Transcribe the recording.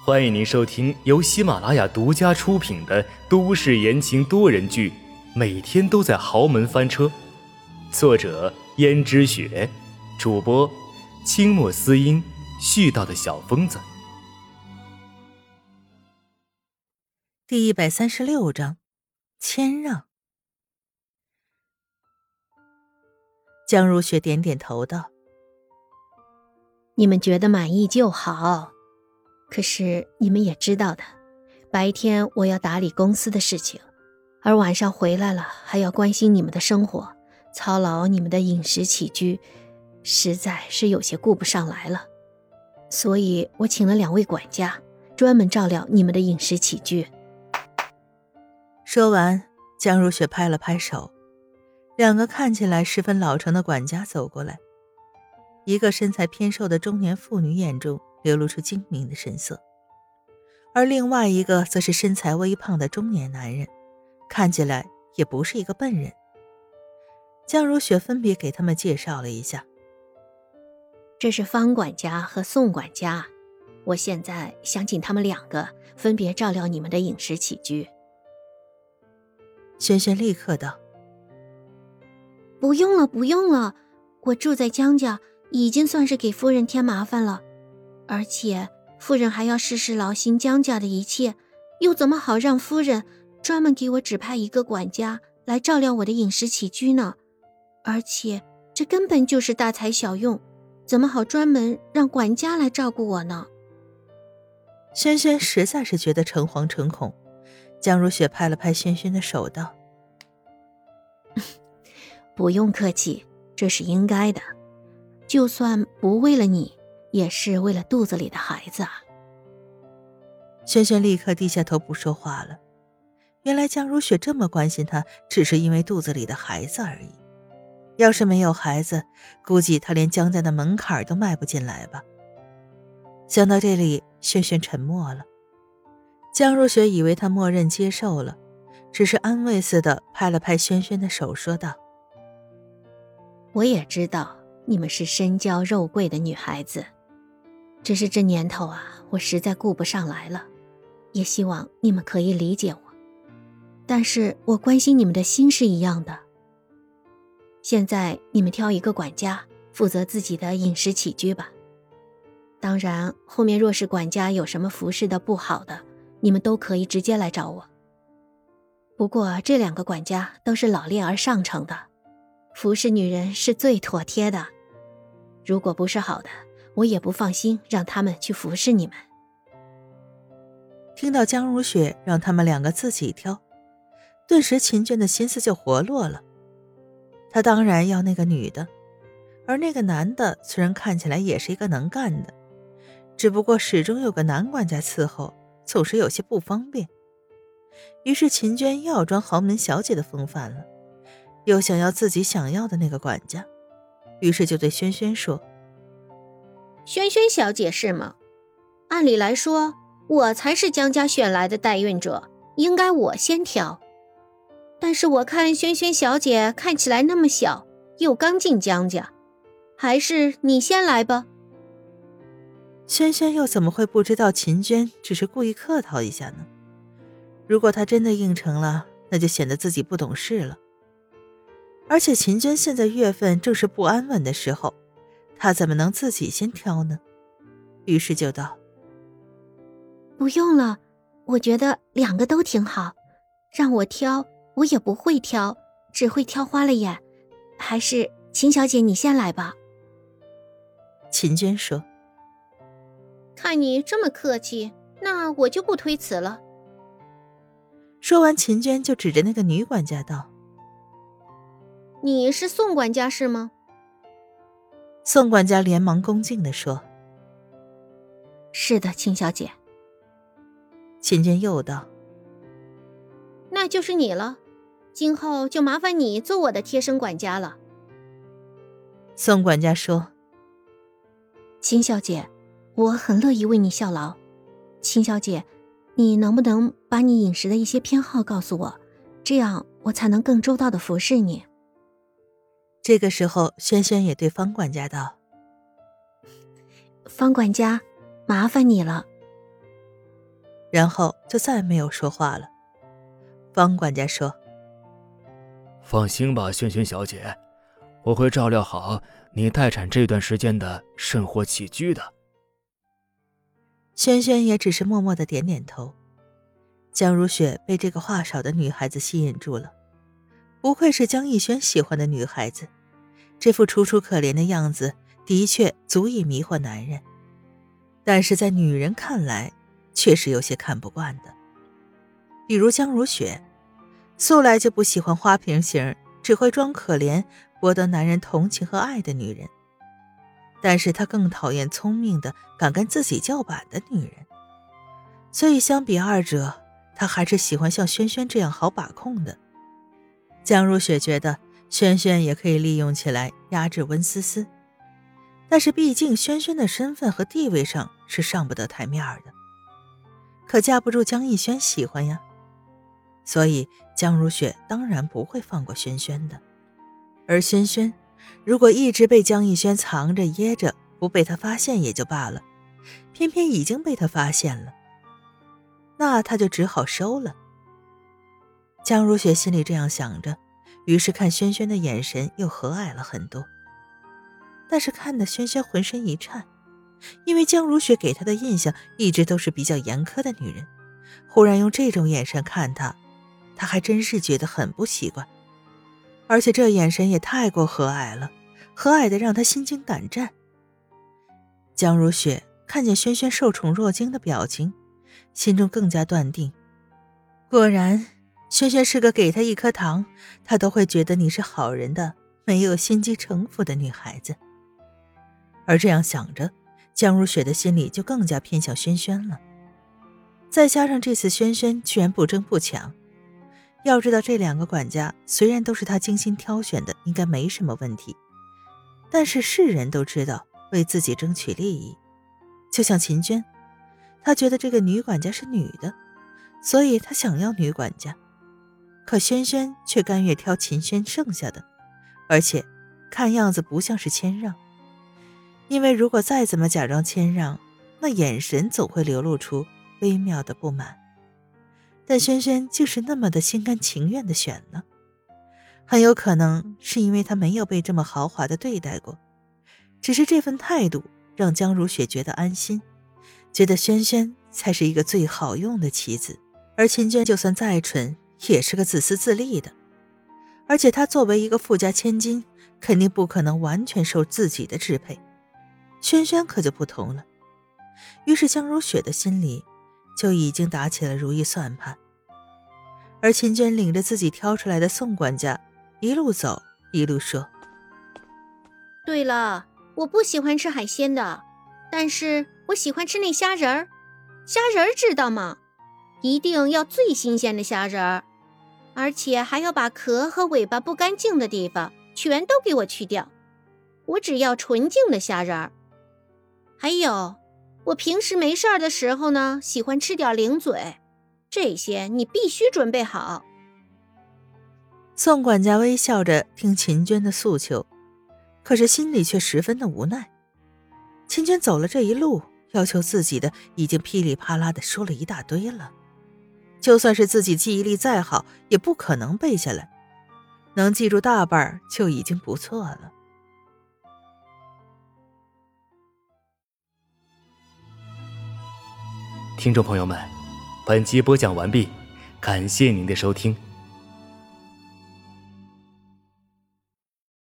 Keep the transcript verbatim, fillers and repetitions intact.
欢迎您收听由喜马拉雅独家出品的都市言情多人剧《每天都在豪门翻车》，作者胭脂雪，主播清墨思音，絮叨的小疯子。 第一百三十六章，谦让。江如雪点点头道： 你们觉得满意就好，可是你们也知道的，白天我要打理公司的事情，而晚上回来了还要关心你们的生活，操劳你们的饮食起居，实在是有些顾不上来了。所以我请了两位管家，专门照料你们的饮食起居。 说完，江如雪拍了拍手，两个看起来十分老成的管家走过来。一个身材偏瘦的中年妇女眼中流露出精明的神色，而另外一个则是身材微胖的中年男人，看起来也不是一个笨人。江如雪分别给他们介绍了一下， 这是方管家和宋管家，我现在想请他们两个分别照料你们的饮食起居。 轩轩立刻道： 不用了不用了，我住在江家已经算是给夫人添麻烦了，而且夫人还要事事劳心江家的一切，又怎么好让夫人专门给我指派一个管家来照料我的饮食起居呢？而且这根本就是大材小用，怎么好专门让管家来照顾我呢？ 轩轩实在是觉得诚惶诚恐。江如雪拍了拍轩轩的手道： 不用客气，这是应该的，就算不为了你，也是为了肚子里的孩子啊。 轩轩立刻低下头不说话了。原来江如雪这么关心他，只是因为肚子里的孩子而已。要是没有孩子，估计他连江家的门槛都迈不进来吧。想到这里，轩轩沉默了。江如雪以为他默认接受了，只是安慰似的拍了拍轩轩的手，说道： 我也知道你们是身娇肉贵的女孩子，只是这年头啊，我实在顾不上来了，也希望你们可以理解我。但是我关心你们的心是一样的。现在你们挑一个管家，负责自己的饮食起居吧。当然，后面若是管家有什么服侍的不好的，你们都可以直接来找我。不过这两个管家都是老练而上乘的，服侍女人是最妥帖的。如果不是好的，我也不放心让他们去服侍你们。 听到江如雪让他们两个自己挑，顿时秦娟的心思就活络了。他当然要那个女的，而那个男的虽然看起来也是一个能干的，只不过始终有个男管家伺候，总是有些不方便。于是秦娟又要装豪门小姐的风范了，又想要自己想要的那个管家，于是就对轩轩说： 轩轩小姐是吗？按理来说，我才是江家选来的代孕者，应该我先挑。但是我看轩轩小姐看起来那么小，又刚进江家，还是你先来吧。 轩轩又怎么会不知道秦娟只是故意客套一下呢？如果她真的应承了，那就显得自己不懂事了。而且秦娟现在月份正是不安稳的时候，她怎么能自己先挑呢？于是就道： 不用了，我觉得两个都挺好，让我挑我也不会挑，只会挑花了眼，还是秦小姐你先来吧。 秦娟说： 看你这么客气，那我就不推辞了。 说完，秦娟就指着那个女管家道： 你是宋管家是吗？ 宋管家连忙恭敬地说： 是的，秦小姐。 秦娟又道： 那就是你了，今后就麻烦你做我的贴身管家了。 宋管家说： 秦小姐，我很乐意为你效劳。秦小姐，你能不能把你饮食的一些偏好告诉我，这样我才能更周到的服侍你。 这个时候，轩轩也对方管家道： 方管家，麻烦你了。 然后就再没有说话了。方管家说： 放心吧，萱萱小姐，我会照料好你待产这段时间的生活起居的。 萱萱也只是默默地点点头。江如雪被这个话少的女孩子吸引住了，不愧是江逸轩喜欢的女孩子，这副楚楚可怜的样子的确足以迷惑男人，但是在女人看来确实有些看不惯的。比如江如雪，素来就不喜欢花瓶型，只会装可怜博得男人同情和爱的女人，但是她更讨厌聪明的敢跟自己叫板的女人，所以相比二者，她还是喜欢像萱萱这样好把控的。江如雪觉得萱萱也可以利用起来压制温思思，但是毕竟萱萱的身份和地位上是上不得台面的，可架不住江逸轩喜欢呀，所以江如雪当然不会放过萱萱的。而萱萱如果一直被江逸轩藏着掖着，不被他发现也就罢了，偏偏已经被他发现了，那他就只好收了。江如雪心里这样想着，于是看萱萱的眼神又和蔼了很多，但是看得萱萱浑身一颤，因为江如雪给她的印象一直都是比较严苛的女人，忽然用这种眼神看她，她还真是觉得很不习惯，而且这眼神也太过和蔼了，和蔼的让她心惊胆战。江如雪看见萱萱受宠若惊的表情，心中更加断定，果然萱萱是个给她一颗糖她都会觉得你是好人的没有心机城府的女孩子。而这样想着，江如雪的心里就更加偏向萱萱了。再加上这次萱萱居然不争不抢，要知道这两个管家虽然都是她精心挑选的，应该没什么问题，但是世人都知道为自己争取利益。就像秦娟，她觉得这个女管家是女的，所以她想要女管家，可萱萱却甘愿挑秦轩剩下的，而且看样子不像是谦让，因为如果再怎么假装谦让，那眼神总会流露出微妙的不满。但萱萱就是那么的心甘情愿地选了，很有可能是因为她没有被这么豪华地对待过，只是这份态度让江如雪觉得安心，觉得萱萱才是一个最好用的妻子。而秦娟就算再蠢，也是个自私自利的，而且她作为一个富家千金，肯定不可能完全受自己的支配。萱萱可就不同了，于是江如雪的心里就已经打起了如意算盘。而秦娟领着自己挑出来的宋管家一路走一路说： 对了，我不喜欢吃海鲜的，但是我喜欢吃那虾仁儿。虾仁儿知道吗？一定要最新鲜的虾仁儿，而且还要把壳和尾巴不干净的地方全都给我去掉，我只要纯净的虾仁儿。还有，我平时没事儿的时候呢，喜欢吃点零嘴，这些你必须准备好。 宋管家微笑着听秦娟的诉求，可是心里却十分的无奈。秦娟走了这一路，要求自己的已经噼里啪啦的说了一大堆了，就算是自己记忆力再好，也不可能背下来，能记住大半就已经不错了。 听众朋友们，本集播讲完毕，感谢您的收听。